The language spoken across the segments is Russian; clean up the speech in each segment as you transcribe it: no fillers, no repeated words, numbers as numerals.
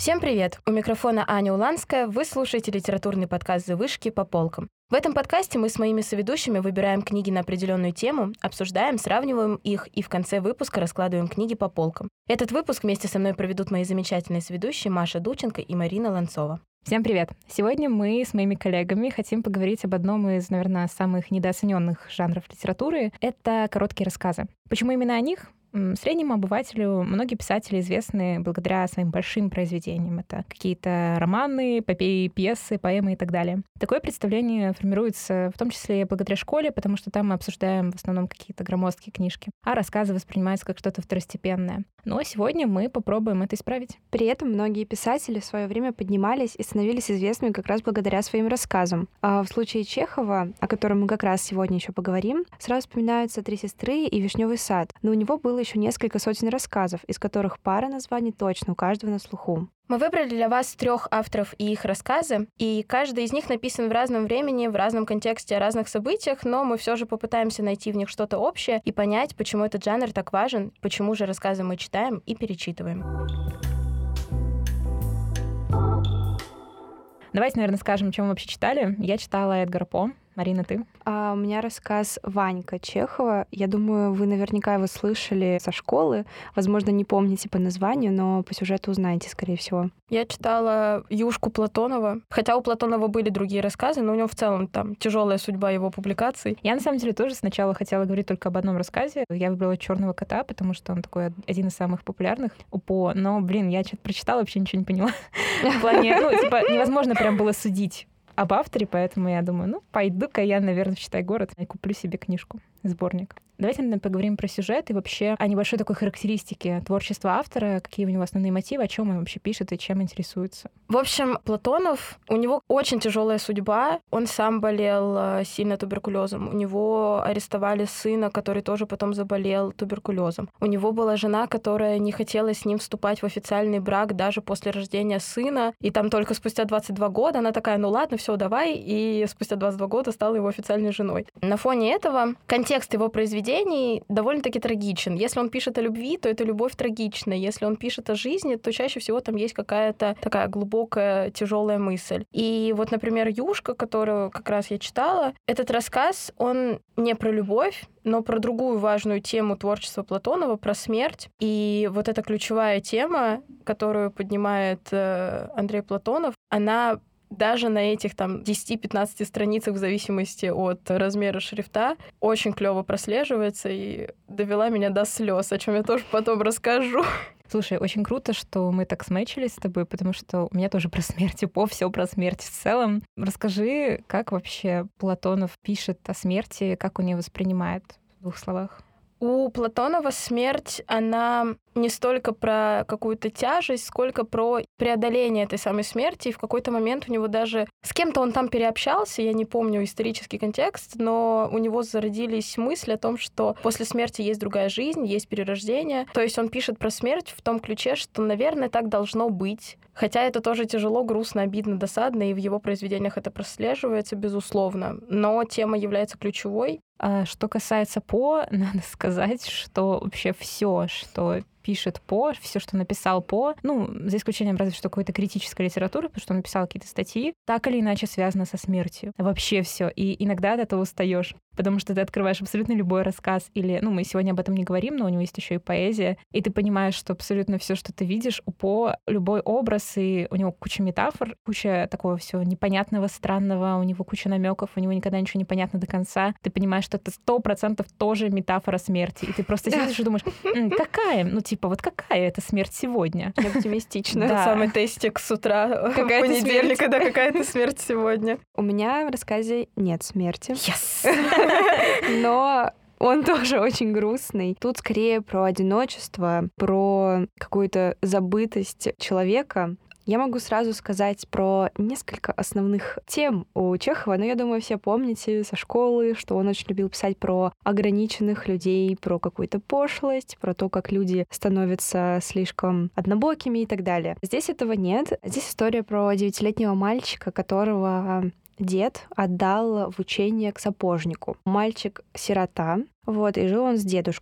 Всем привет! У микрофона Аня Уланская. Вы слушаете литературный подкаст «Завышки по полкам». В этом подкасте мы с моими соведущими выбираем книги на определенную тему, обсуждаем, сравниваем их и в конце выпуска раскладываем книги по полкам. Этот выпуск вместе со мной проведут мои замечательные соведущие Маша Дученко и Марина Ланцова. Всем привет! Сегодня мы с моими коллегами хотим поговорить об одном из, наверное, самых недооцененных жанров литературы. Это короткие рассказы. Почему именно о них? Среднему обывателю многие писатели известны благодаря своим большим произведениям. Это какие-то романы, эпопеи, пьесы, поэмы и так далее. Такое представление формируется в том числе благодаря школе, потому что там мы обсуждаем в основном какие-то громоздкие книжки, а рассказы воспринимаются как что-то второстепенное. Но сегодня мы попробуем это исправить. При этом многие писатели в свое время поднимались и становились известными как раз благодаря своим рассказам. А в случае Чехова, о котором мы как раз сегодня еще поговорим, сразу вспоминаются «Три сестры» и «Вишневый сад». Но у него было еще несколько сотен рассказов, из которых пара названий точно у каждого на слуху. Мы выбрали для вас 3 авторов и их рассказы, и каждый из них написан в разном времени, в разном контексте, о разных событиях, но мы все же попытаемся найти в них что-то общее и понять, почему этот жанр так важен, почему же рассказы мы читаем и перечитываем. Давайте, наверное, скажем, чем мы вообще читали. Я читала Эдгара По. Марина, ты? У меня рассказ «Ванька» Чехова. Я думаю, вы наверняка его слышали со школы. Возможно, не помните по названию, но по сюжету узнаете, скорее всего. Я читала «Юшку» Платонова. Хотя у Платонова были другие рассказы, но у него в целом там тяжелая судьба его публикаций. Я, на самом деле, тоже сначала хотела говорить только об одном рассказе. Я выбрала «Черного кота», потому что он такой один из самых популярных у По. Но, я что-то прочитала, вообще ничего не поняла. В плане, невозможно прям было судить об авторе, поэтому я думаю, пойду-ка я, наверное, в «Читай город» и куплю себе книжку, сборник. Давайте, наверное, поговорим про сюжет и вообще о небольшой такой характеристике творчества автора, какие у него основные мотивы, о чем он вообще пишет и чем интересуется. В общем, Платонов, у него очень тяжелая судьба. Он сам болел сильно туберкулезом. У него арестовали сына, который тоже потом заболел туберкулезом. У него была жена, которая не хотела с ним вступать в официальный брак даже после рождения сына. И там только спустя 22 года она такая, ладно, все, давай. И спустя 22 года стала его официальной женой. На фоне этого контекст его произведений довольно-таки трагичен. Если он пишет о любви, то это любовь трагичная. Если он пишет о жизни, то чаще всего там есть какая-то такая глубокая, тяжелая мысль. И вот, например, «Юшка», которую как раз я читала, этот рассказ, он не про любовь, но про другую важную тему творчества Платонова, про смерть. И вот эта ключевая тема, которую поднимает Андрей Платонов, она даже на этих 10-15 страницах, в зависимости от размера шрифта, очень клево прослеживается и довела меня до слез, о чем я тоже потом расскажу. Слушай, очень круто, что мы так смэчились с тобой, потому что у меня тоже про смерть, все про смерть в целом. Расскажи, как вообще Платонов пишет о смерти, как он ее воспринимает в 2 словах? У Платонова смерть, она не столько про какую-то тяжесть, сколько про преодоление этой самой смерти. И в какой-то момент у него даже с кем-то он там переобщался, я не помню исторический контекст, но у него зародились мысли о том, что после смерти есть другая жизнь, есть перерождение. То есть он пишет про смерть в том ключе, что, наверное, так должно быть. Хотя это тоже тяжело, грустно, обидно, досадно, и в его произведениях это прослеживается, безусловно. Но тема является ключевой. А что касается По, надо сказать, что вообще все, что пишет По, все, что написал По, за исключением разве что какой-то критической литературы, потому что он написал какие-то статьи, так или иначе связано со смертью. Вообще все. И иногда от этого устаешь, потому что ты открываешь абсолютно любой рассказ, или, мы сегодня об этом не говорим, но у него есть еще и поэзия, и ты понимаешь, что абсолютно все, что ты видишь, у По любой образ, и у него куча метафор, куча такого всего непонятного, странного, у него куча намеков, у него никогда ничего не понятно до конца. Ты понимаешь, что это 100% тоже метафора смерти, и ты просто сидишь и думаешь, какая? Вот какая это смерть сегодня? Оптимистично. Да. Самый тестик с утра в понедельник, когда какая-то смерть сегодня. У меня в рассказе нет смерти. Yes! Но он тоже очень грустный. Тут скорее про одиночество, про какую-то забытость человека. Я могу сразу сказать про несколько основных тем у Чехова, но я думаю, все помните со школы, что он очень любил писать про ограниченных людей, про какую-то пошлость, про то, как люди становятся слишком однобокими и так далее. Здесь этого нет. Здесь история про 9-летнего мальчика, которого дед отдал в учение к сапожнику. Мальчик сирота, и жил он с дедушкой.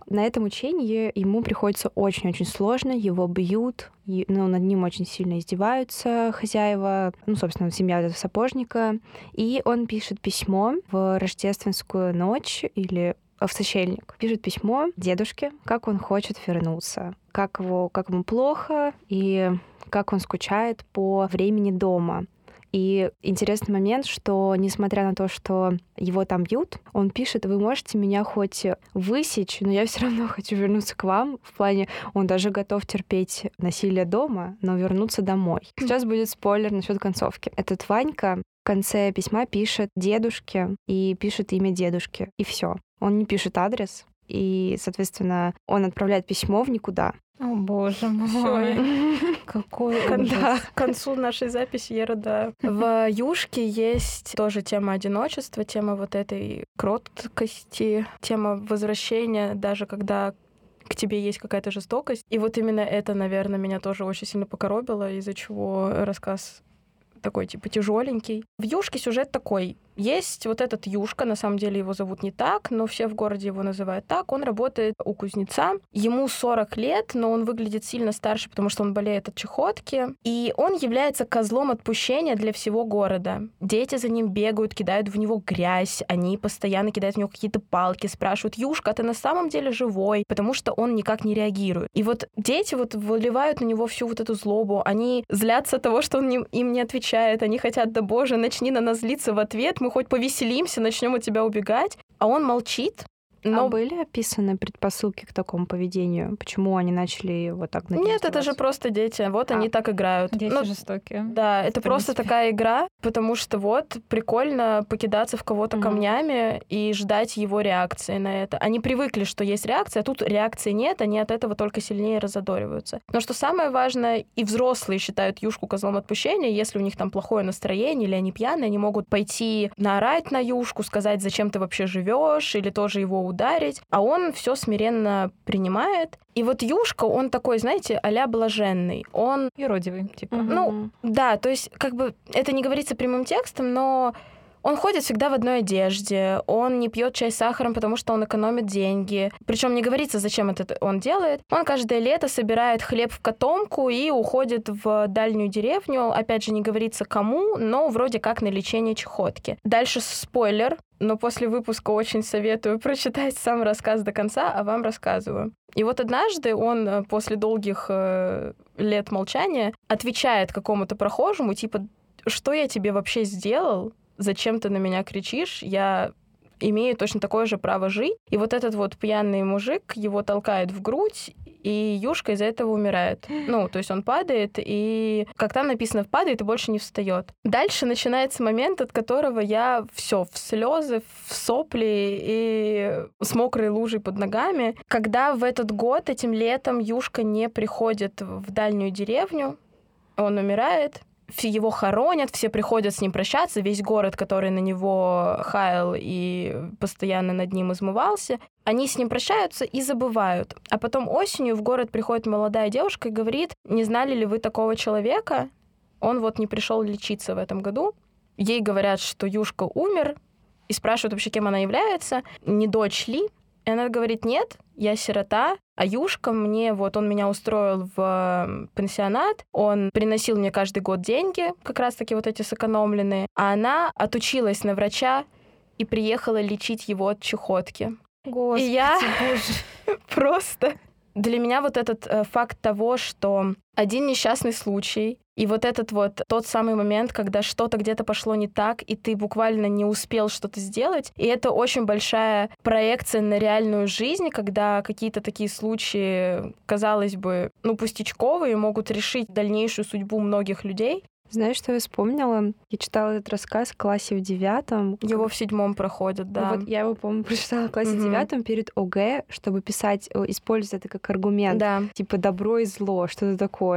На этом учении ему приходится очень-очень сложно, его бьют, над ним очень сильно издеваются хозяева, собственно, семья этого сапожника. И он пишет письмо в рождественскую ночь или в сочельник. Пишет письмо дедушке, как он хочет вернуться, как ему плохо и как он скучает по времени дома. И интересный момент, что, несмотря на то, что его там бьют, он пишет: вы можете меня хоть высечь, но я все равно хочу вернуться к вам. В плане, он даже готов терпеть насилие дома, но вернуться домой. Сейчас будет спойлер насчет концовки. Этот Ванька в конце письма пишет дедушке и пишет имя дедушки. И все. Он не пишет адрес. И, соответственно, он отправляет письмо в никуда. О, боже мой. Какой ужас. К концу нашей записи я рыдаю. В «Юшке» есть тоже тема одиночества, тема вот этой кроткости, тема возвращения, даже когда к тебе есть какая-то жестокость. И вот именно это, наверное, меня тоже очень сильно покоробило, из-за чего рассказ такой, типа, тяжеленький. В «Юшке» сюжет такой. Есть вот этот Юшка, на самом деле его зовут не так, но все в городе его называют так. Он работает у кузнеца. Ему 40 лет, но он выглядит сильно старше, потому что он болеет от чехотки. И он является козлом отпущения для всего города. Дети за ним бегают, кидают в него грязь. Они постоянно кидают в него какие-то палки, спрашивают: Юшка, ты на самом деле живой? Потому что он никак не реагирует. И вот дети вот выливают на него всю вот эту злобу. Они злятся от того, что он им не отвечает. Они хотят: да боже, начни на нас злиться в ответ, мы хоть повеселимся, начнем от тебя убегать. А он молчит. Но... А были описаны предпосылки к такому поведению? Почему они начали вот так написывать? Нет, это же просто дети. Вот они так играют. Дети жестокие. Да, это просто такая игра, потому что вот прикольно покидаться в кого-то камнями и ждать его реакции на это. Они привыкли, что есть реакция, а тут реакции нет, они от этого только сильнее разодориваются. Но что самое важное, и взрослые считают Юшку козлом отпущения, если у них там плохое настроение или они пьяные, они могут пойти наорать на Юшку, сказать: зачем ты вообще живешь, или тоже его ударить, а он все смиренно принимает. И вот Юшка, он такой, знаете, а-ля блаженный. Он... Юродивый, типа. Да, то есть как бы это не говорится прямым текстом, но он ходит всегда в одной одежде, он не пьет чай с сахаром, потому что он экономит деньги. Причем не говорится, зачем это он делает. Он каждое лето собирает хлеб в котомку и уходит в дальнюю деревню. Опять же, не говорится кому, но вроде как на лечение чехотки. Дальше спойлер, но после выпуска очень советую прочитать сам рассказ до конца, а вам рассказываю. И вот однажды он после долгих лет молчания отвечает какому-то прохожему, типа: что я тебе вообще сделал? Зачем ты на меня кричишь? Я имею точно такое же право жить. И вот этот вот пьяный мужик его толкает в грудь, и Юшка из-за этого умирает. То есть он падает, и, как там написано, падает и больше не встает. Дальше начинается момент, от которого я все в слезы, в сопли и с мокрой лужей под ногами. Когда в этот год, этим летом, Юшка не приходит в дальнюю деревню, он умирает. Его хоронят, все приходят с ним прощаться, весь город, который на него хаял и постоянно над ним измывался, они с ним прощаются и забывают. А потом осенью в город приходит молодая девушка и говорит: не знали ли вы такого человека? Он вот не пришел лечиться в этом году. Ей говорят, что Юшка умер, и спрашивают вообще, кем она является, не дочь ли. И она говорит: нет, я сирота, а Юшка он меня устроил в пансионат, он приносил мне каждый год деньги, как раз-таки вот эти сэкономленные, а она отучилась на врача и приехала лечить его от чехотки. Господи, и я боже. просто... Для меня вот этот факт того, что один несчастный случай, и вот этот вот тот самый момент, когда что-то где-то пошло не так, и ты буквально не успел что-то сделать, и это очень большая проекция на реальную жизнь, когда какие-то такие случаи, казалось бы, пустячковые, могут решить дальнейшую судьбу многих людей. Знаешь, что я вспомнила? Я читала этот рассказ в классе в 9. Его в 7 проходят, да. Вот я его, помню, прочитала в классе в 9 перед ОГЭ, чтобы использовать это как аргумент. Да. Типа добро и зло, что-то такое.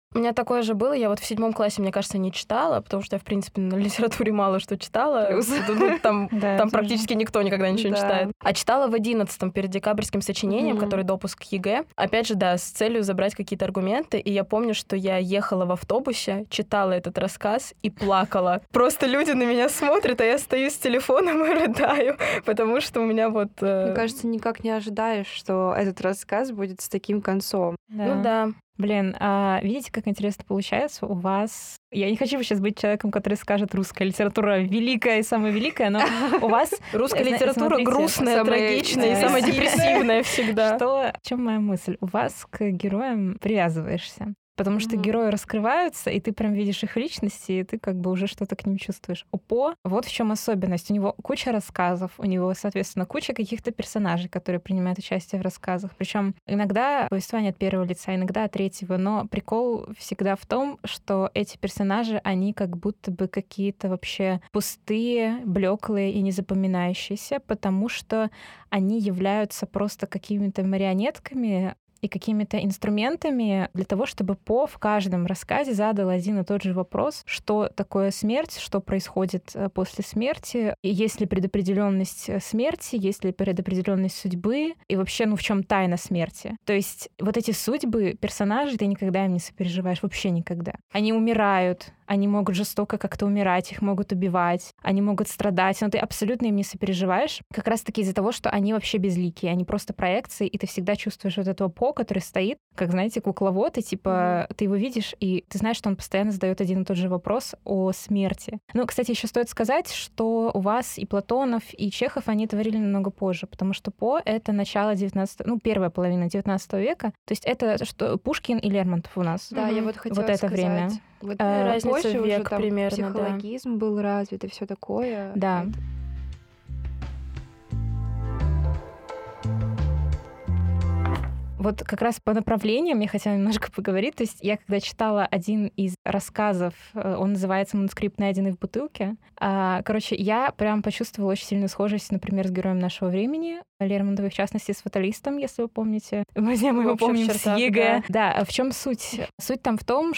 У меня такое же было. Я вот в 7 классе, мне кажется, не читала, потому что я, в принципе, на литературе мало что читала. Там практически никто никогда ничего не читает. А читала в 11-м перед декабрьским сочинением, который допуск к ЕГЭ. Опять же, да, с целью забрать какие-то аргументы. И я помню, что я ехала в автобусе, читала этот рассказ и плакала. Просто люди на меня смотрят, а я стою с телефоном и рыдаю, потому что у меня вот... Мне кажется, никак не ожидаешь, что этот рассказ будет с таким концом. Ну да. Блин, видите, как интересно получается у вас... Я не хочу сейчас быть человеком, который скажет, русская литература великая и самая великая, но у вас... Русская литература грустная, трагичная и самая депрессивная всегда. В чем моя мысль? У вас к героям привязываешься. Потому что герои раскрываются, и ты прям видишь их личности, и ты как бы уже что-то к ним чувствуешь. У По вот в чем особенность. У него куча рассказов, у него, соответственно, куча каких-то персонажей, которые принимают участие в рассказах. Причем иногда повествование от первого лица, иногда от третьего, но прикол всегда в том, что эти персонажи, они как будто бы какие-то вообще пустые, блеклые и незапоминающиеся, потому что они являются просто какими-то марионетками и какими-то инструментами для того, чтобы По в каждом рассказе задал один и тот же вопрос, что такое смерть, что происходит после смерти, и есть ли предопределенность смерти, есть ли предопределенность судьбы, и вообще, в чем тайна смерти. То есть вот эти судьбы персонажей, ты никогда им не сопереживаешь, вообще никогда. Они умирают, они могут жестоко как-то умирать, их могут убивать, они могут страдать, но ты абсолютно им не сопереживаешь, как раз-таки из-за того, что они вообще безликие, они просто проекции, и ты всегда чувствуешь вот этого По, который стоит, как, знаете, кукловод, и типа ты его видишь, и ты знаешь, что он постоянно задает один и тот же вопрос о смерти. Ну, кстати, еще стоит сказать, что у вас и Платонов, и Чехов, они творили намного позже, потому что По — это начало 19... первая половина 19 века, то есть это что, Пушкин и Лермонтов у нас. Да, я вот хотела вот это сказать. время. Вот разница позже век уже там примерно, психологизм был развит и все такое. Да. Вот как раз по направлениям я хотела немножко поговорить. То есть я когда читала один из рассказов, он называется «Манускрипт, найденный в бутылке». Короче, я прям почувствовала очень сильную схожесть, например, с героем нашего времени, Лермонтовой, в частности, с фаталистом, если вы помните. Мы его помним с ЕГЭ. Да, в чем суть? Суть там в том,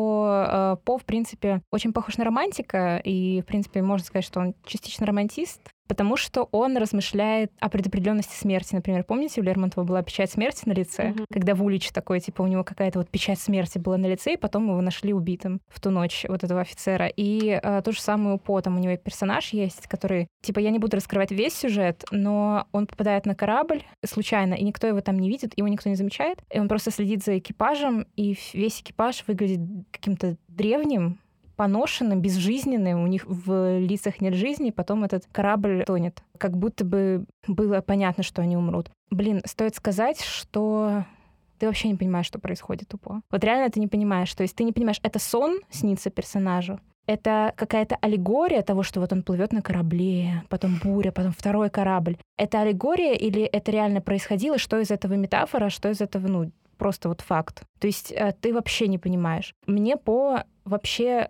что По, в принципе, очень похож на романтика, и, в принципе, можно сказать, что он частично романтист, потому что он размышляет о предопределенности смерти. Например, помните, у Лермонтова была печать смерти на лице, когда Вулич такой, типа, у него какая-то вот печать смерти была на лице, и потом его нашли убитым в ту ночь, вот этого офицера. И то же самое у По, там у него персонаж есть, который, типа, я не буду раскрывать весь сюжет, но он попадает на корабль случайно, и никто его там не видит, его никто не замечает, и он просто следит за экипажем, и весь экипаж выглядит каким-то древним, поношенным, безжизненным, у них в лицах нет жизни, и потом этот корабль тонет. Как будто бы было понятно, что они умрут. Блин, стоит сказать, что ты вообще не понимаешь, что происходит у По. Вот реально ты не понимаешь. То есть ты не понимаешь, это сон снится персонажу, это какая-то аллегория того, что вот он плывет на корабле, потом буря, потом второй корабль. Это аллегория или это реально происходило? Что из этого метафора, что из этого, просто вот факт? То есть ты вообще не понимаешь. Мне По вообще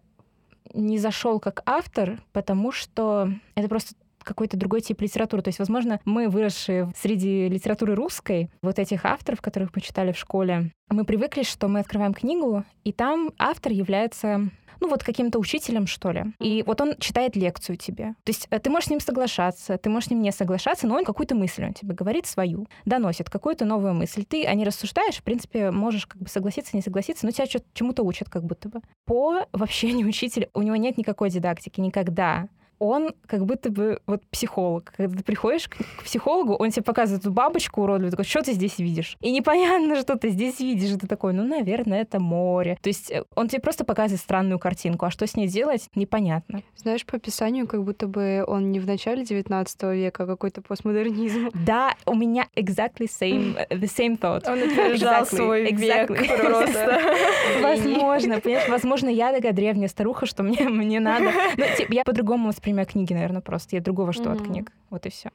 не зашел как автор, потому что это просто какой-то другой тип литературы. То есть, возможно, мы, выросшие среди литературы русской, вот этих авторов, которых мы читали в школе, мы привыкли, что мы открываем книгу, и там автор является каким-то учителем, что ли. И вот он читает лекцию тебе. То есть ты можешь с ним соглашаться, ты можешь с ним не соглашаться, но он какую-то мысль, он тебе говорит свою, доносит какую-то новую мысль. Ты о ней рассуждаешь, в принципе, можешь как бы согласиться, не согласиться, но тебя чему-то учат как будто бы. По вообще не учитель, у него нет никакой дидактики, никогда. Он как будто бы психолог. Когда ты приходишь к психологу, он тебе показывает эту бабочку уродливую, такой, что ты здесь видишь? И непонятно, что ты здесь видишь. И ты такой, наверное, это море. То есть он тебе просто показывает странную картинку, а что с ней делать, непонятно. Знаешь, по описанию, как будто бы он не в начале 19 века, а какой-то постмодернизм. Да, у меня the same thought. Он опережал свой век просто. Возможно, понимаешь, возможно, я такая древняя старуха, что мне надо. Я по-другому воспринимаю книги, наверное, просто. Я другого жду от книг. Вот и все.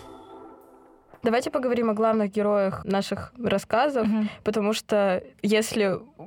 Давайте поговорим о главных героях наших рассказов, потому что если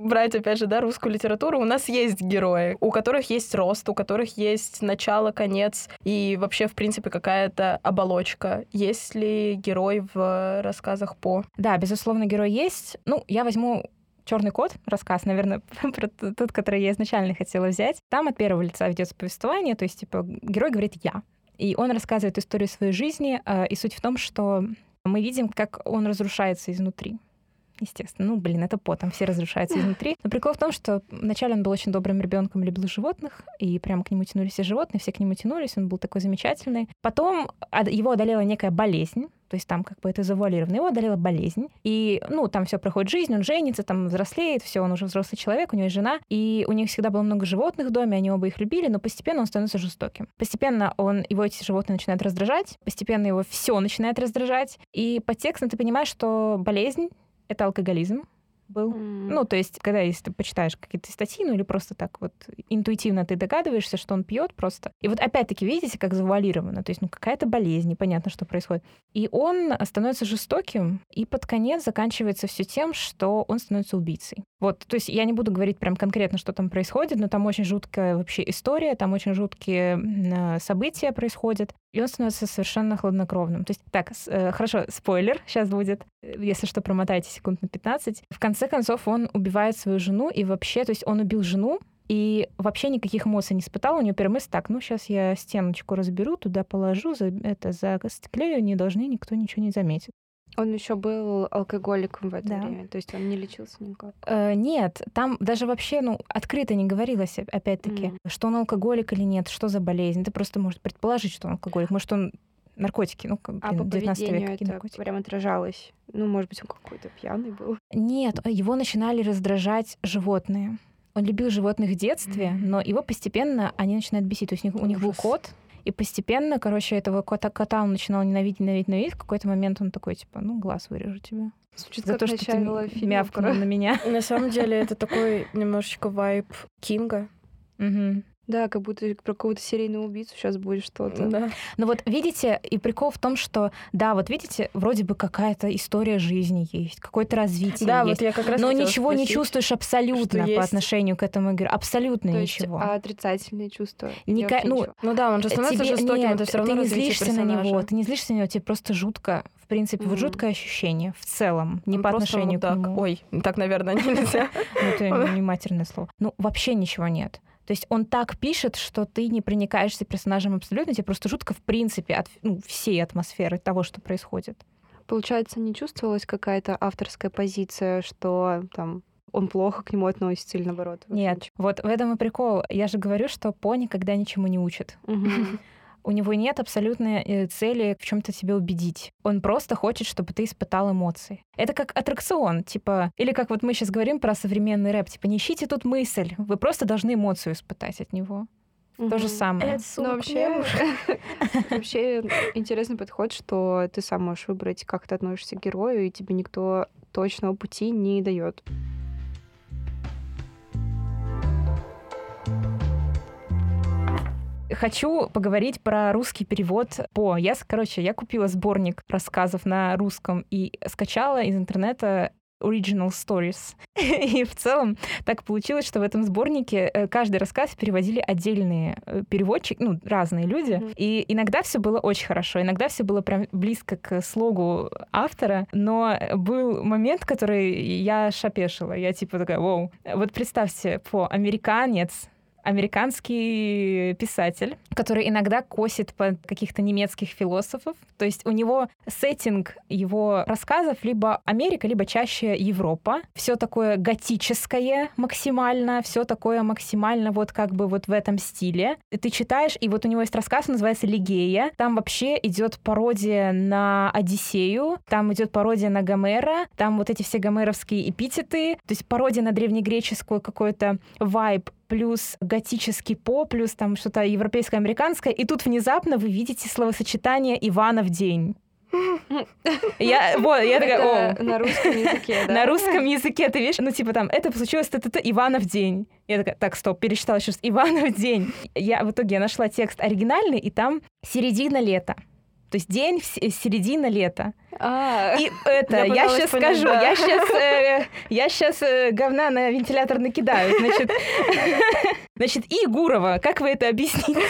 брать, опять же, да, русскую литературу, у нас есть герои, у которых есть рост, у которых есть начало, конец и вообще, в принципе, какая-то оболочка. Есть ли герой в рассказах По? Да, безусловно, герой есть. Ну, я возьму «Черный кот», рассказ, наверное, про тот, который я изначально хотела взять. Там от первого лица ведется повествование, то есть, типа, герой говорит «я». И он рассказывает историю своей жизни, и суть в том, что мы видим, как он разрушается изнутри. Естественно. Это По, там все разрушаются изнутри. Но прикол в том, что вначале он был очень добрым ребенком, любил животных, и прямо к нему тянулись все животные, все к нему тянулись, он был такой замечательный. Потом его одолела некая болезнь, то есть там как бы это завуалировано. Его одолела болезнь, и, там все проходит жизнь, он женится, там взрослеет, все, он уже взрослый человек, у него есть жена, и у них всегда было много животных в доме, они оба их любили, но постепенно он становится жестоким. Постепенно его эти животные начинают раздражать, постепенно его все начинает раздражать, и подтекстно ты понимаешь, что болезнь — это алкоголизм был. То есть, когда если ты почитаешь какие-то статьи, или просто так вот интуитивно ты догадываешься, что он пьет просто. И вот опять-таки видите, как завуалировано. То есть, какая-то болезнь, непонятно, что происходит. И он становится жестоким, и под конец заканчивается все тем, что он становится убийцей. Вот, то есть я не буду говорить прям конкретно, что там происходит, но там очень жуткая вообще история, там очень жуткие события происходят, и он становится совершенно хладнокровным. То есть, так, хорошо, спойлер сейчас будет, если что, промотайте секунд на 15. В конце концов, он убивает свою жену, и вообще, то есть он убил жену, и вообще никаких эмоций не испытал. У него первая мысль: так, сейчас я стеночку разберу, туда положу, застеклею, не должны, никто ничего не заметит. Он еще был алкоголиком в это время, то есть он не лечился никак. Нет, там даже вообще, открыто не говорилось, опять-таки, что он алкоголик или нет, что за болезнь. Ты просто можешь предположить, что он алкоголик, может, он наркотики, по 19 век какие это наркотики. Прям отражалось. Может быть, он какой-то пьяный был. Нет, его начинали раздражать животные. Он любил животных в детстве, но его постепенно они начинают бесить. То есть у них был кот, и постепенно, этого кота он начинал ненавидеть. В какой-то момент он такой, типа, глаз вырежу тебе. Звучит за как то, что ты мявкнул на меня. На самом деле это такой немножечко вайб Кинга. Да, как будто про какого-то серийного убийцу сейчас будет что-то. Да. Но вот видите, и прикол в том, что, да, вот видите, вроде бы какая-то история жизни есть, какое-то развитие да, есть. Вот я как раз но ничего не чувствуешь абсолютно по отношению к этому игру. Абсолютно то ничего. Есть, отрицательные чувства? Да, он же становится жестоким, это все равно ты не злишься персонажа. на него, тебе просто жутко. В принципе, вот жуткое ощущение в целом, не он по отношению к нему. Ой, так, наверное, нельзя. Это не матерное слово. Вообще ничего нет. То есть он так пишет, что ты не проникаешься персонажем абсолютно, тебе просто жутко в принципе от всей атмосферы того, что происходит. Получается, не чувствовалась какая-то авторская позиция, что там он плохо к нему относится или наоборот? Нет, вот в этом и прикол. Я же говорю, что По никогда ничему не учит. У него нет абсолютной цели в чем-то тебя убедить. Он просто хочет, чтобы ты испытал эмоции. Это как аттракцион, или как вот мы сейчас говорим про современный рэп, не ищите тут мысль, вы просто должны эмоцию испытать от него. То же самое. Вообще интересный подход, что ты сам можешь выбрать, как ты относишься к герою, и тебе никто точного пути не дает. Хочу поговорить про русский перевод По. Я купила сборник рассказов на русском и скачала из интернета Original Stories. И в целом так получилось, что в этом сборнике каждый рассказ переводили отдельные переводчики, разные люди. И иногда все было очень хорошо, иногда все было прям близко к слогу автора, но был момент, который я аж опешила. Я такая: вау. Вот представьте, По американский писатель, который иногда косит под каких-то немецких философов. То есть у него сеттинг его рассказов либо Америка, либо чаще Европа. Все такое готическое максимально, все такое максимально вот в этом стиле. И ты читаешь, и вот у него есть рассказ, он называется «Лигея». Там вообще идет пародия на Одиссею, там идет пародия на Гомера, там вот эти все гомеровские эпитеты, то есть пародия на древнегреческую какой-то вайб, плюс готический По, плюс там что-то европейско-американское, и тут внезапно вы видите словосочетание «Ивана в день». Я такая: на русском языке, да? На русском языке, ты видишь, это случилось Ивана в день. Я такая: так, стоп, перечитала еще раз «Ивана в день». В итоге нашла текст оригинальный, и там середина лета. То есть день, середина лета. И это, я сейчас скажу, я сейчас говна на вентилятор накидаю. Значит, и Гурова, как вы это объясните?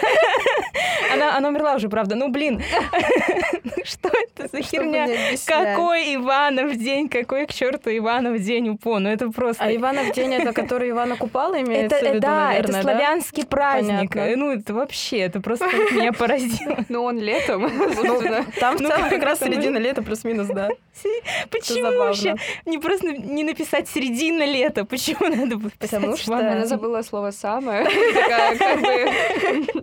Она умерла уже, правда. Ну, блин, что это за херня? Какой Иванов день, какой к черту Иванов день УПО? Ну, это просто... А Иванов день, это который Ивана Купала имеется в виду, да, наверное, это славянский праздник. Понятно. Ну, это вообще, это просто меня поразило. Ну, он летом. Там в целом как раз середина лета, плюс-минус, да. Почему вообще не просто не написать середина лета? Почему надо было писать? Потому что... Она забыла слово «самое». Такая, как бы...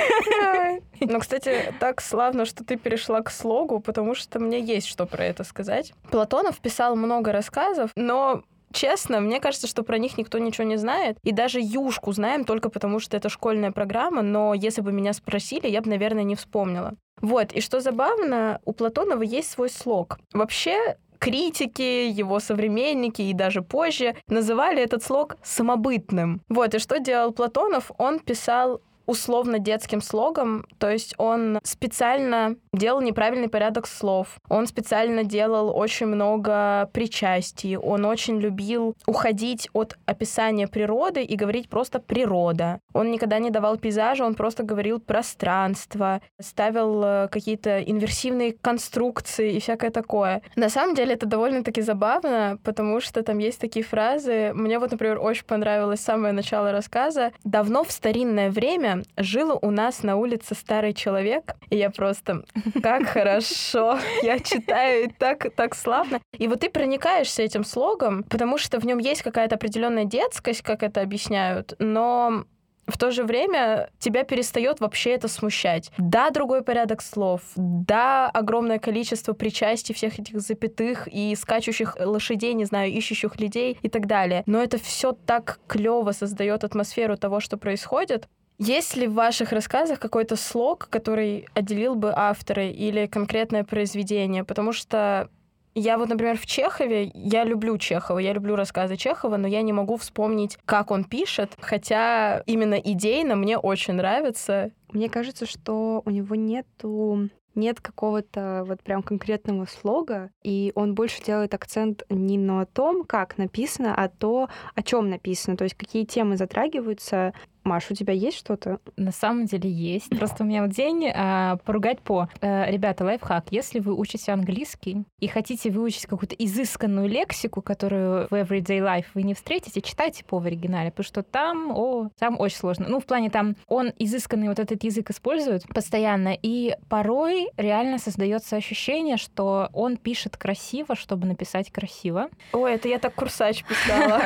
Ну, кстати, так славно, что ты перешла к слогу, потому что мне есть что про это сказать. Платонов писал много рассказов, но... Честно, мне кажется, что про них никто ничего не знает. И даже Юшку знаем только потому, что это школьная программа, но если бы меня спросили, я бы, наверное, не вспомнила. Вот, и что забавно, у Платонова есть свой слог. Вообще, критики, его современники и даже позже называли этот слог самобытным. Вот, и что делал Платонов? Он писал условно детским слогом, то есть он специально делал неправильный порядок слов, он специально делал очень много причастий, он очень любил уходить от описания природы и говорить просто «природа». Он никогда не давал пейзажа, он просто говорил «пространство», ставил какие-то инверсивные конструкции и всякое такое. На самом деле это довольно-таки забавно, потому что там есть такие фразы. Мне вот, например, очень понравилось самое начало рассказа. «Давно в старинное время жил у нас на улице старый человек», и я просто, как хорошо, я читаю, и так славно. И вот ты проникаешься этим слогом, потому что в нем есть какая-то определенная детскость, как это объясняют, но в то же время тебя перестает вообще это смущать. Да, другой порядок слов, да, огромное количество причастий, всех этих запятых и скачущих лошадей, не знаю, ищущих людей и так далее. Но это все так клево создает атмосферу того, что происходит. Есть ли в ваших рассказах какой-то слог, который отделил бы автора или конкретное произведение? Потому что я вот, например, в Чехове, я люблю Чехова, я люблю рассказы Чехова, но я не могу вспомнить, как он пишет, хотя именно идейно мне очень нравится. Мне кажется, что у него нет какого-то вот прям конкретного слога, и он больше делает акцент не на том, как написано, а то, о чем написано, то есть какие темы затрагиваются. Маш, у тебя есть что-то? На самом деле есть. Просто у меня вот день поругать по. Ребята, лайфхак. Если вы учите английский и хотите выучить какую-то изысканную лексику, которую в everyday life вы не встретите, читайте по в оригинале, потому что там очень сложно. Ну, в плане там он изысканный вот этот язык использует постоянно, и порой реально создается ощущение, что он пишет красиво, чтобы написать красиво. Ой, это я так курсач писала.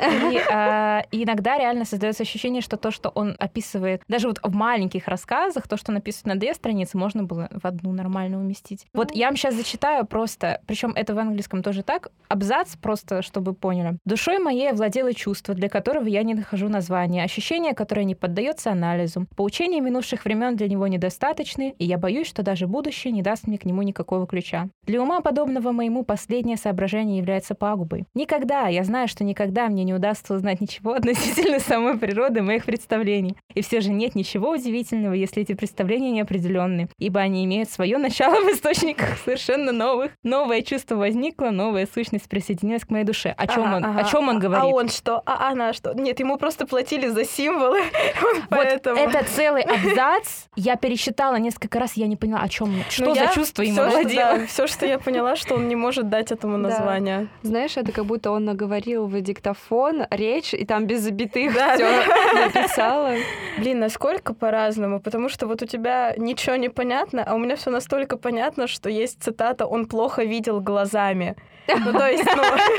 Да, и иногда реально создается ощущение, что то, что он описывает, даже вот в маленьких рассказах, то, что написано на 2 страницы, можно было в одну нормально уместить. Вот я вам сейчас зачитаю просто, причем это в английском тоже так, абзац просто, чтобы поняли. «Душой моей овладело чувство, для которого я не нахожу названия, ощущение, которое не поддается анализу. Поучения минувших времен для него недостаточны, и я боюсь, что даже будущее не даст мне к нему никакого ключа. Для ума, подобного моему, последнее соображение является пагубой. Никогда, я знаю, что никогда мне не удастся узнать ничего относительно самой природы моих представлений. И все же нет ничего удивительного, если эти представления неопределенны, ибо они имеют свое начало в источниках совершенно новых. Новое чувство возникло, новая сущность присоединилась к моей душе». О чем он говорит? А он что? А она что? Нет, ему просто платили за символы, поэтому... Вот это целый абзац. Я пересчитала несколько раз, я не поняла, о чем, что за чувство ему владело. Все, что я поняла, что он не может дать этому название. Знаешь, это как будто он наговорил в диктофон речь, и там без запятых все написала. Блин, насколько по-разному, потому что вот у тебя ничего не понятно, а у меня все настолько понятно, что есть цитата «он плохо видел глазами». Ну, то есть,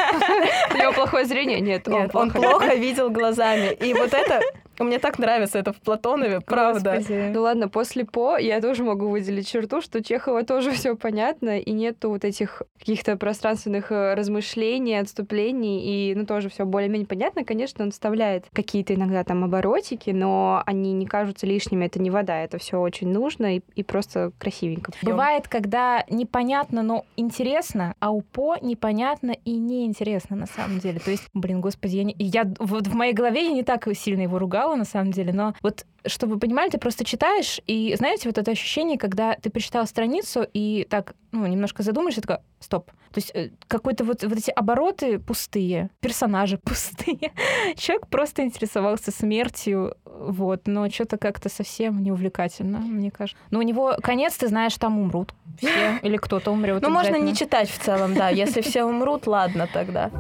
у него плохое зрение? Нет, он плохо видел глазами. И вот это... Мне так нравится это в Платонове, правда. Господи. Ну ладно, после я тоже могу выделить черту, что Чехова тоже все понятно, и нету вот этих каких-то пространственных размышлений, отступлений, и тоже все более-менее понятно. Конечно, он вставляет какие-то иногда там оборотики, но они не кажутся лишними, это не вода, это все очень нужно и просто красивенько. Бывает, когда непонятно, но интересно, а у непонятно и неинтересно на самом деле. То есть, господи, я в моей голове я не так сильно его ругала, читала, на самом деле, но вот, чтобы вы понимали, ты просто читаешь, и знаете, вот это ощущение, когда ты прочитала страницу, и так, немножко задумаешься, такая, стоп. То есть какой-то вот эти обороты пустые, персонажи пустые. Человек просто интересовался смертью, но что-то как-то совсем не увлекательно, мне кажется. Но у него конец, ты знаешь, там умрут все, или кто-то умрет. Можно не читать в целом, да. Если все умрут, ладно тогда.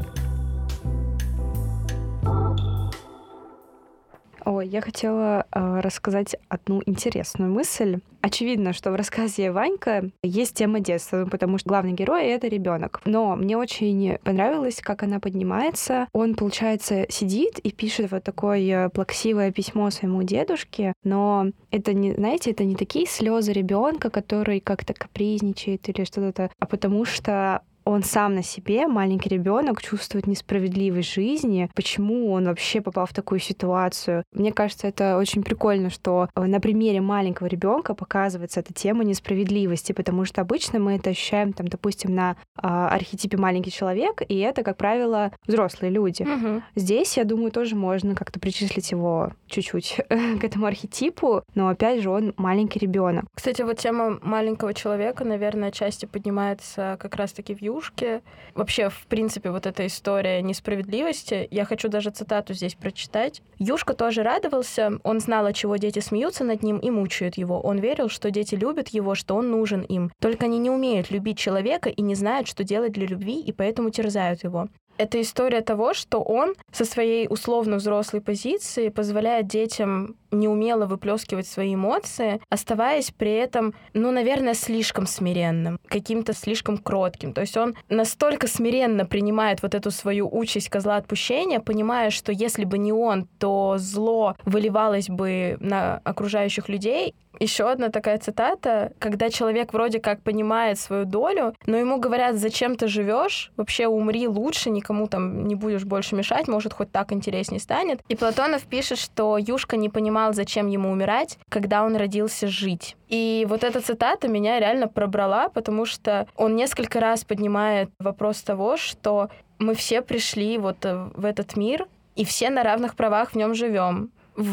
Я хотела рассказать одну интересную мысль. Очевидно, что в рассказе «Ванька» есть тема детства, потому что главный герой — это ребенок. Но мне очень понравилось, как она поднимается. Он, получается, сидит и пишет вот такое плаксивое письмо своему дедушке, но это не, знаете, это не такие слезы ребенка, который как-то капризничает или что-то, а потому что он сам на себе, маленький ребенок, чувствует несправедливость жизни, почему он вообще попал в такую ситуацию. Мне кажется, это очень прикольно, что на примере маленького ребенка показывается эта тема несправедливости, потому что обычно мы это ощущаем, допустим, на архетипе маленький человек, и это, как правило, взрослые люди. Угу. Здесь, я думаю, тоже можно как-то причислить его чуть-чуть к этому архетипу, но опять же он маленький ребенок. Кстати, вот тема маленького человека, наверное, отчасти поднимается как раз-таки в «Юшке». Вообще, в принципе, вот эта история несправедливости. Я хочу даже цитату здесь прочитать. «Юшка тоже радовался. Он знал, от чего дети смеются над ним и мучают его. Он верил, что дети любят его, что он нужен им. Только они не умеют любить человека и не знают, что делать для любви, и поэтому терзают его». Это история того, что он со своей условно взрослой позиции позволяет детям неумело выплескивать свои эмоции, оставаясь при этом, наверное, слишком смиренным, каким-то слишком кротким. То есть он настолько смиренно принимает вот эту свою участь козла отпущения, понимая, что если бы не он, то зло выливалось бы на окружающих людей. Еще одна такая цитата, когда человек вроде как понимает свою долю, но ему говорят, зачем ты живешь, вообще умри лучше, никому не будешь больше мешать, может, хоть так интереснее станет. И Платонов пишет, что Юшка не понимал, зачем ему умирать, когда он родился жить. И вот эта цитата меня реально пробрала, потому что он несколько раз поднимает вопрос того, что мы все пришли вот в этот мир, и все на равных правах в нем живем.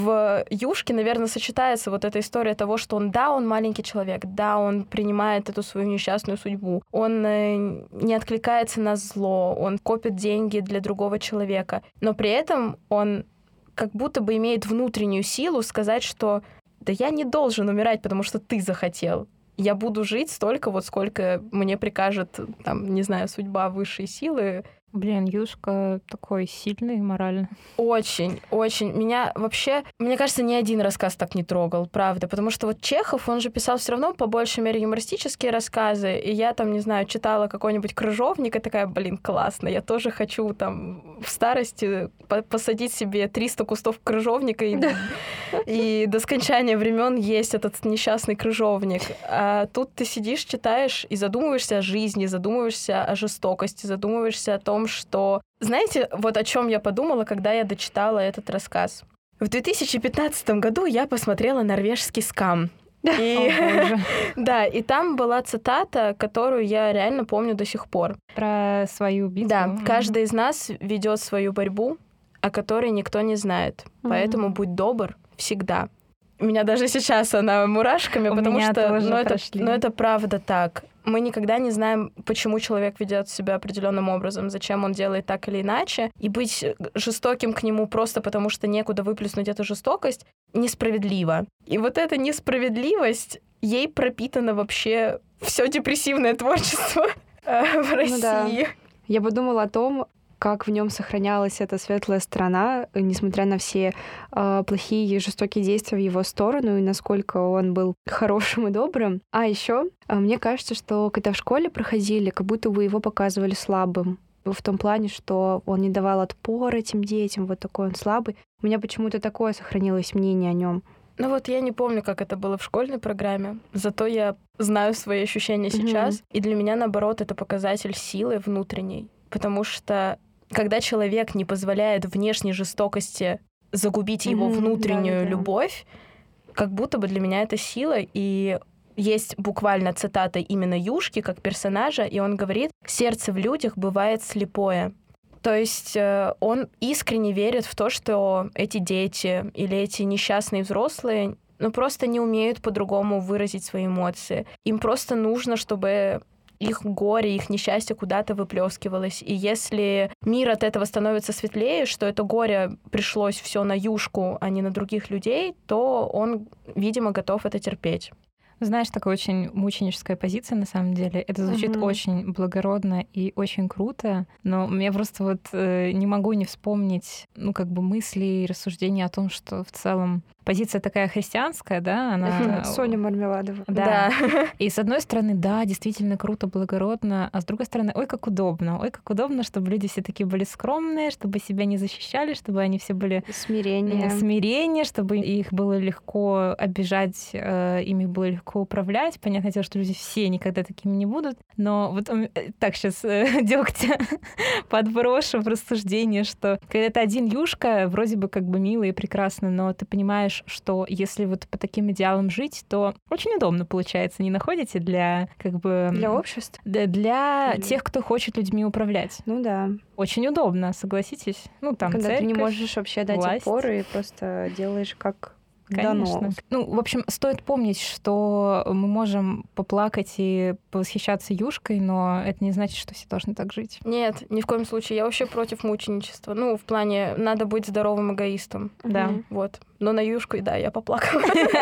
В Юшке, наверное, сочетается вот эта история того, что он маленький человек, он принимает эту свою несчастную судьбу, он не откликается на зло, он копит деньги для другого человека, но при этом он как будто бы имеет внутреннюю силу сказать, что да я не должен умирать, потому что ты захотел. Я буду жить столько, сколько мне прикажет, судьба, высшие силы. Блин, Юшка такой сильный морально. Очень, очень. Меня вообще, мне кажется, ни один рассказ так не трогал, правда. Потому что Чехов, он же писал все равно по большей мере юмористические рассказы. И я читала какой-нибудь «Крыжовник» и такая, классно, я тоже хочу в старости посадить себе 300 кустов крыжовника и до скончания времен есть этот несчастный крыжовник. А тут ты сидишь, читаешь и задумываешься о жизни, задумываешься о жестокости, задумываешься о том, что... Знаете, вот о чем я подумала, когда я дочитала этот рассказ? В 2015 году я посмотрела норвежский «Скам». Да, и там была цитата, которую я реально помню до сих пор. Про свою битву? Да, каждый из нас ведет свою борьбу, о которой никто не знает. Поэтому будь добр всегда. У меня даже сейчас она мурашками, потому что это правда так. Мы никогда не знаем, почему человек ведет себя определенным образом, зачем он делает так или иначе. И быть жестоким к нему просто потому, что некуда выплеснуть эту жестокость, несправедливо. И вот эта несправедливость, ей пропитано вообще все депрессивное творчество в России. Да. Я подумала о том, как в нем сохранялась эта светлая сторона, несмотря на все плохие и жестокие действия в его сторону, и насколько он был хорошим и добрым. А еще мне кажется, что когда в школе проходили, как будто бы его показывали слабым. В том плане, что он не давал отпор этим детям, вот такой он слабый. У меня почему-то такое сохранилось мнение о нем. Я не помню, как это было в школьной программе, зато я знаю свои ощущения сейчас, и для меня, наоборот, это показатель силы внутренней, потому что когда человек не позволяет внешней жестокости загубить его внутреннюю любовь, как будто бы для меня это сила. И есть буквально цитата именно Юшки как персонажа, и он говорит: «Сердце в людях бывает слепое». То есть он искренне верит в то, что эти дети или эти несчастные взрослые просто не умеют по-другому выразить свои эмоции. Им просто нужно, чтобы их горе, их несчастье куда-то выплескивалось. И если мир от этого становится светлее, что это горе пришлось все на Юшку, а не на других людей, то он, видимо, готов это терпеть. Знаешь, такая очень мученическая позиция на самом деле. Это звучит очень благородно и очень круто, но я просто вот не могу не вспомнить, мысли и рассуждения о том, что в целом позиция такая христианская, да, она... Соня Мармеладова. Да. И с одной стороны, да, действительно круто, благородно, а с другой стороны, ой, как удобно, чтобы люди все такие были скромные, чтобы себя не защищали, чтобы они все были... Смирение, чтобы их было легко обижать, ими было легко управлять. Понятное дело, что люди все никогда такими не будут, но вот так сейчас дёгтя подброшу в рассуждение, что когда ты один Юшка, вроде бы мило и прекрасно, но ты понимаешь, что если вот по таким идеалам жить, то очень удобно получается, не находите, для Для общества? Для тех, кто хочет людьми управлять. Ну да. Очень удобно, согласитесь. Там когда церковь, ты не можешь вообще дать власть. опоры и просто делаешь как Конечно. дано. В общем, стоит помнить, что мы можем поплакать и восхищаться Юшкой, но это не значит, что все должны так жить. Нет, ни в коем случае. Я вообще против мученичества. В плане, надо быть здоровым эгоистом. Да. Вот. Но на Юшку, да, я поплакала.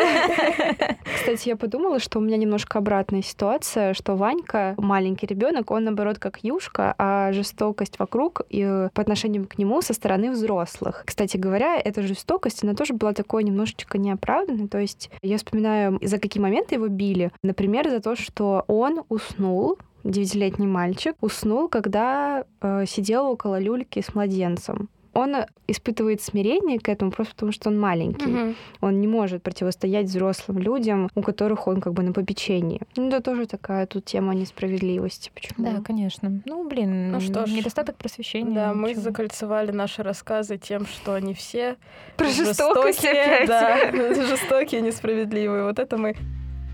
Кстати, я подумала, что у меня немножко обратная ситуация, что Ванька, маленький ребенок, он наоборот как Юшка, а жестокость вокруг и по отношению к нему со стороны взрослых. Кстати говоря, эта жестокость, она тоже была такой немножечко неоправданной. То есть я вспоминаю, за какие моменты его били. Например, за то, что он уснул, 9-летний мальчик, уснул, когда сидел около люльки с младенцем. Он испытывает смирение к этому просто потому, что он маленький. Он не может противостоять взрослым людям, у которых он на попечении. Это тоже такая тут тема несправедливости. Почему? Да, конечно. Что ж, недостаток просвещения. Да, мы закольцевали наши рассказы тем, что они все про жестокость опять. Да, жестокие, несправедливые. Вот это мы...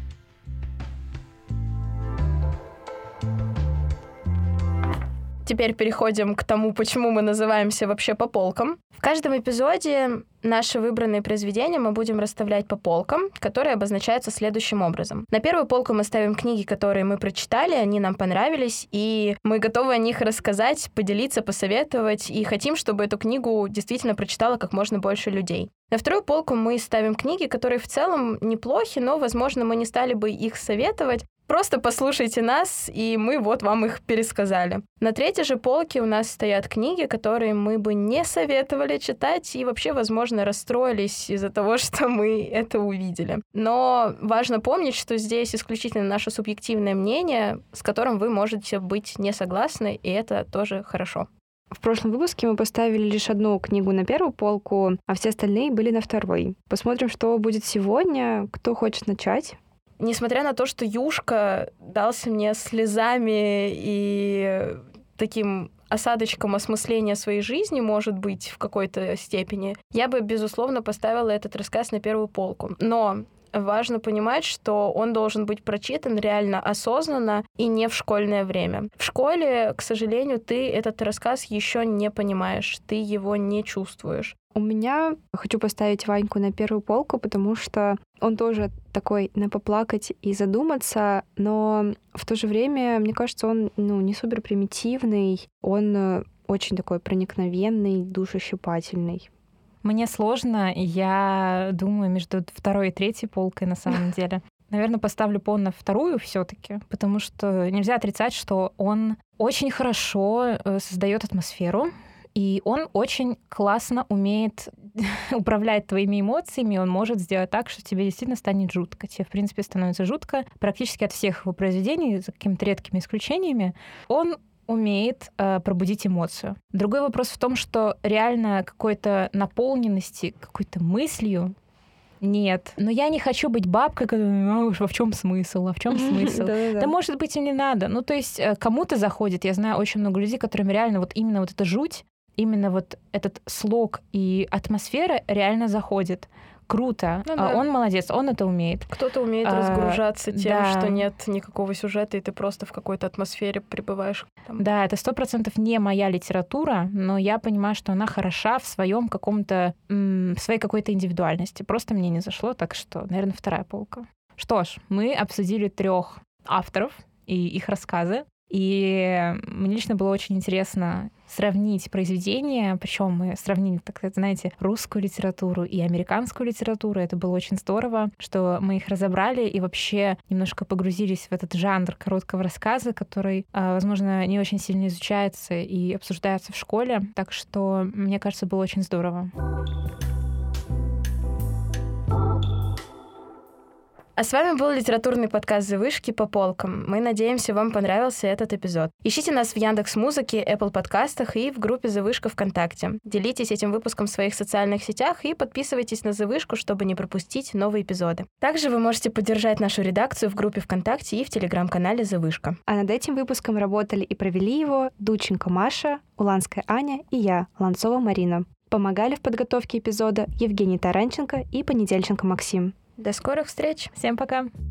Теперь переходим к тому, почему мы называемся вообще по полкам. В каждом эпизоде наши выбранные произведения мы будем расставлять по полкам, которые обозначаются следующим образом. На первую полку мы ставим книги, которые мы прочитали, они нам понравились, и мы готовы о них рассказать, поделиться, посоветовать, и хотим, чтобы эту книгу действительно прочитало как можно больше людей. На вторую полку мы ставим книги, которые в целом неплохи, но, возможно, мы не стали бы их советовать. Просто послушайте нас, и мы вот вам их пересказали. На третьей же полке у нас стоят книги, которые мы бы не советовали читать и вообще, возможно, расстроились из-за того, что мы это увидели. Но важно помнить, что здесь исключительно наше субъективное мнение, с которым вы можете быть не согласны, и это тоже хорошо. В прошлом выпуске мы поставили лишь одну книгу на первую полку, а все остальные были на второй. Посмотрим, что будет сегодня. Кто хочет начать? Несмотря на то, что Юшка дался мне слезами и таким осадочком осмысления своей жизни, может быть, в какой-то степени, я бы, безусловно, поставила этот рассказ на первую полку. Но важно понимать, что он должен быть прочитан реально осознанно и не в школьное время. В школе, к сожалению, ты этот рассказ еще не понимаешь, ты его не чувствуешь. У меня хочу поставить Ваньку на первую полку, потому что он тоже такой на поплакать и задуматься, но в то же время, мне кажется, он не супер примитивный, он очень такой проникновенный, душещипательный. Мне сложно, я думаю, между второй и третьей полкой на самом деле. Наверное, поставлю пол на вторую все-таки, потому что нельзя отрицать, что он очень хорошо создает атмосферу, и он очень классно умеет управлять твоими эмоциями, он может сделать так, что тебе действительно станет жутко. Тебе, в принципе, становится жутко практически от всех его произведений, за какими-то редкими исключениями. Он умеет пробудить эмоцию. Другой вопрос в том, что реально какой-то наполненности, какой-то мыслью нет. Но я не хочу быть бабкой, которая, в чем смысл, а в чем смысл? Да, может быть, и не надо. То есть кому-то заходит, я знаю очень много людей, которым реально вот именно вот эта жуть, именно вот этот слог и атмосфера реально заходит. Круто. Ну, да. Он молодец, он это умеет. Кто-то умеет разгружаться тем, да. что нет никакого сюжета, и ты просто в какой-то атмосфере пребываешь. Там. Да, это 100% не моя литература, но я понимаю, что она хороша в своем каком-то, в своей какой-то индивидуальности. Просто мне не зашло, так что, наверное, вторая полка. Что ж, мы обсудили 3 авторов и их рассказы. И мне лично было очень интересно сравнить произведения, причем мы сравнили, так сказать, знаете, русскую литературу и американскую литературу. Это было очень здорово, что мы их разобрали и вообще немножко погрузились в этот жанр короткого рассказа, который, возможно, не очень сильно изучается и обсуждается в школе. Так что, мне кажется, было очень здорово. А с вами был литературный подкаст «Завышки по полкам». Мы надеемся, вам понравился этот эпизод. Ищите нас в Яндекс.Музыке, Apple подкастах и в группе «Завышка» ВКонтакте. Делитесь этим выпуском в своих социальных сетях и подписывайтесь на «Завышку», чтобы не пропустить новые эпизоды. Также вы можете поддержать нашу редакцию в группе ВКонтакте и в телеграм-канале «Завышка». А над этим выпуском работали и провели его Дудченко Маша, Уланская Аня и я, Ланцова Марина. Помогали в подготовке эпизода Евгений Таранченко и Понедельченко Максим. До скорых встреч! Всем пока!